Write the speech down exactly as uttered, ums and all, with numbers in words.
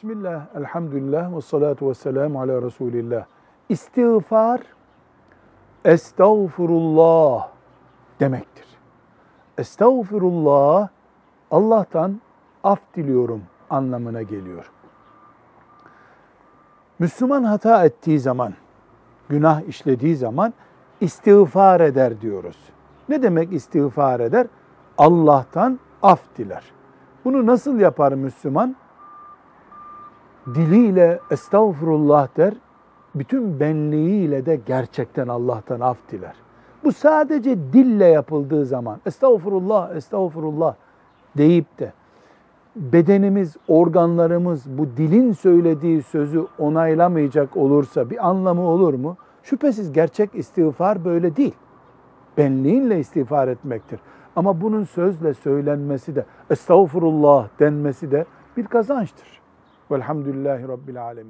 Bismillah, elhamdülillah ve salatu ve selamu ala Resulillah. İstiğfar, estağfurullah demektir. Estağfurullah, Allah'tan af diliyorum anlamına geliyor. Müslüman hata ettiği zaman, günah işlediği zaman istiğfar eder diyoruz. Ne demek istiğfar eder? Allah'tan af diler. Bunu nasıl yapar Müslüman? Diliyle estağfurullah der, bütün benliğiyle de gerçekten Allah'tan af diler. Bu sadece dille yapıldığı zaman estağfurullah, estağfurullah deyip de bedenimiz, organlarımız bu dilin söylediği sözü onaylamayacak olursa bir anlamı olur mu? Şüphesiz gerçek istiğfar böyle değil. Benliğinle istiğfar etmektir. Ama bunun sözle söylenmesi de, estağfurullah denmesi de bir kazançtır. Velhamdülillahi Rabbil alemin.